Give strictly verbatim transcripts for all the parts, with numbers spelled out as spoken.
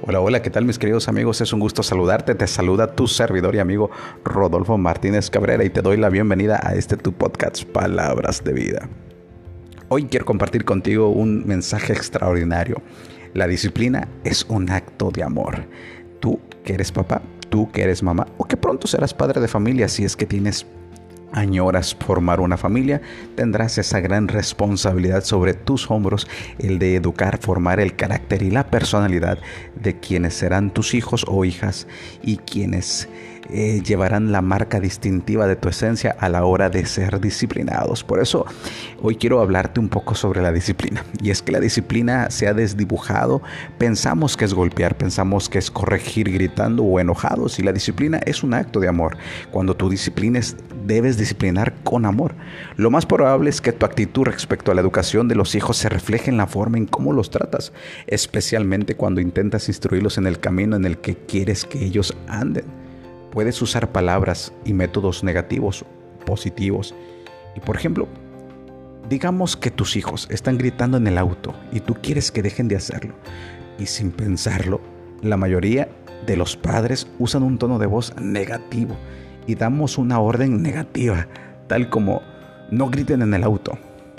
Hola, hola, ¿qué tal mis queridos amigos? Es un gusto saludarte, te saluda tu servidor y amigo Rodolfo Martínez Cabrera y te doy la bienvenida a este tu podcast Palabras de Vida. Hoy quiero compartir contigo un mensaje extraordinario. La disciplina es un acto de amor. Tú que eres papá, tú que eres mamá o que pronto serás padre de familia si es que tienes añoras formar una familia, tendrás esa gran responsabilidad sobre tus hombros, el de educar, formar el carácter y la personalidad de quienes serán tus hijos o hijas y quienes eh, llevarán la marca distintiva de tu esencia a la hora de ser disciplinados. Por eso hoy quiero hablarte un poco sobre la disciplina. Y es que la disciplina se ha desdibujado. Pensamos que es golpear, pensamos que es corregir gritando o enojados, y la disciplina es un acto de amor. Cuando tú disciplines, debes disciplinar con amor. Lo más probable es que tu actitud respecto a la educación de los hijos se refleje en la forma en cómo los tratas, especialmente cuando intentas instruirlos en el camino en el que quieres que ellos anden. Puedes usar palabras y métodos negativos, positivos. Y por ejemplo, digamos que tus hijos están gritando en el auto y tú quieres que dejen de hacerlo. Y sin pensarlo, la mayoría de los padres usan un tono de voz negativo y damos una orden negativa, tal como no griten en el auto.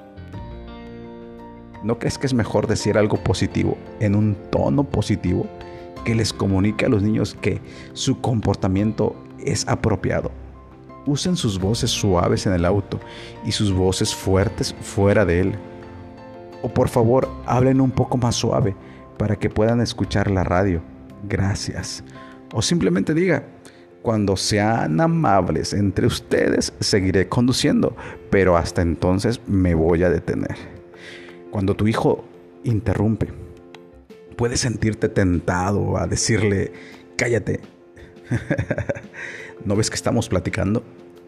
¿No crees que es mejor decir algo positivo en un tono positivo que les comunique a los niños que su comportamiento es apropiado? Usen sus voces suaves en el auto y sus voces fuertes fuera de él. O por favor, hablen un poco más suave para que puedan escuchar la radio. Gracias. O simplemente diga: cuando sean amables entre ustedes, seguiré conduciendo, pero hasta entonces me voy a detener. Cuando tu hijo interrumpe, puedes sentirte tentado a decirle: cállate. ¿No ves que estamos platicando?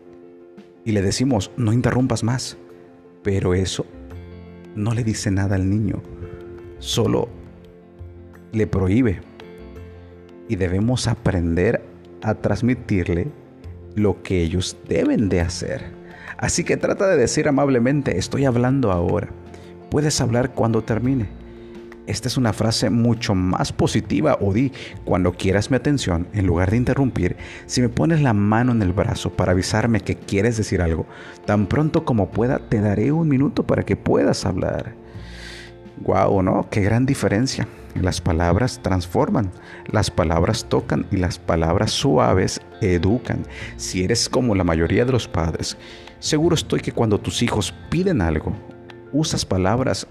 Y le decimos: no interrumpas más. Pero eso no le dice nada al niño, solo le prohíbe. Y debemos aprender a transmitirle lo que ellos deben de hacer. Así que trata de decir amablemente: estoy hablando ahora. Puedes hablar cuando termine. Esta es una frase mucho más positiva. O di: cuando quieras mi atención, en lugar de interrumpir, si me pones la mano en el brazo para avisarme que quieres decir algo, tan pronto como pueda te daré un minuto para que puedas hablar. Guau, ¿no? Qué gran diferencia. Las palabras transforman, las palabras tocan y las palabras suaves educan. Si eres como la mayoría de los padres, seguro estoy que cuando tus hijos piden algo, usas palabras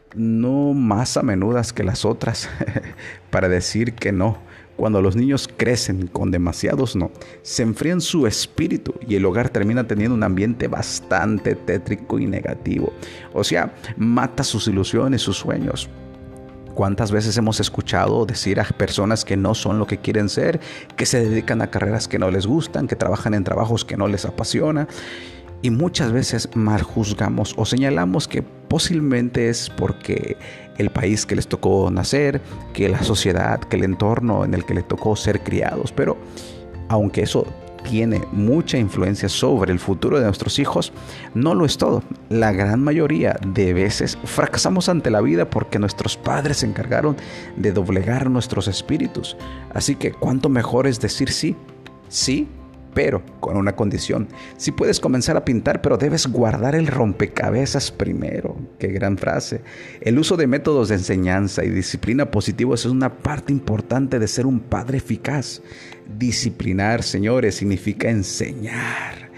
no más a menudas que las otras para decir que no. Cuando los niños crecen con demasiados no, se enfrían su espíritu y el hogar termina teniendo un ambiente bastante tétrico y negativo. O sea, mata sus ilusiones, sus sueños. ¿Cuántas veces hemos escuchado decir a personas que no son lo que quieren ser, que se dedican a carreras que no les gustan, que trabajan en trabajos que no les apasiona? Y muchas veces mal juzgamos o señalamos que posiblemente es porque el país que les tocó nacer, que la sociedad, que el entorno en el que les tocó ser criados. Pero aunque eso tiene mucha influencia sobre el futuro de nuestros hijos, no lo es todo. La gran mayoría de veces fracasamos ante la vida porque nuestros padres se encargaron de doblegar nuestros espíritus. Así que cuánto mejor es decir sí, sí, pero con una condición. Sí puedes comenzar a pintar, pero debes guardar el rompecabezas primero. Qué gran frase. El uso de métodos de enseñanza y disciplina positivos es una parte importante de ser un padre eficaz. Disciplinar, señores, significa enseñar.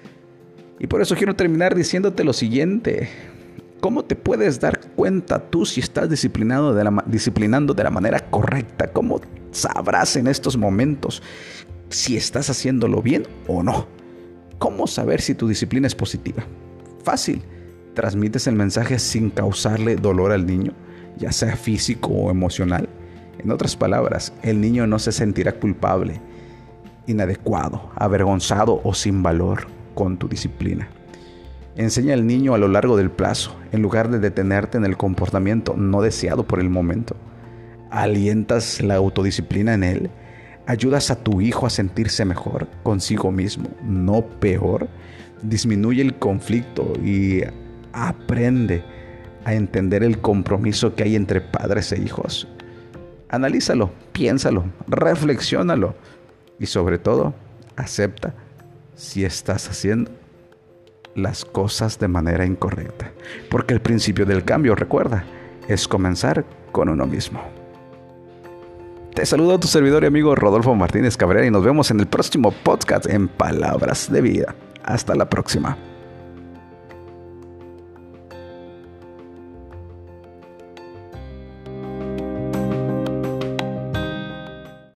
Y por eso quiero terminar diciéndote lo siguiente: ¿cómo te puedes dar cuenta tú si estás disciplinado de la, disciplinando de la manera correcta? ¿Cómo sabrás en estos momentos si estás haciéndolo bien o no? ¿Cómo saber si tu disciplina es positiva? Fácil. Transmites el mensaje sin causarle dolor al niño, ya sea físico o emocional. En otras palabras, el niño no se sentirá culpable, inadecuado, avergonzado o sin valor con tu disciplina. Enseña al niño a lo largo del plazo, en lugar de detenerte en el comportamiento no deseado por el momento. Alientas la autodisciplina en él. Ayudas a tu hijo a sentirse mejor consigo mismo, no peor. Disminuye el conflicto y aprende a entender el compromiso que hay entre padres e hijos. Analízalo, piénsalo, reflexiónalo y sobre todo, acepta si estás haciendo las cosas de manera incorrecta. Porque el principio del cambio, recuerda, es comenzar con uno mismo. Te saludo a tu servidor y amigo Rodolfo Martínez Cabrera y nos vemos en el próximo podcast en Palabras de Vida. Hasta la próxima.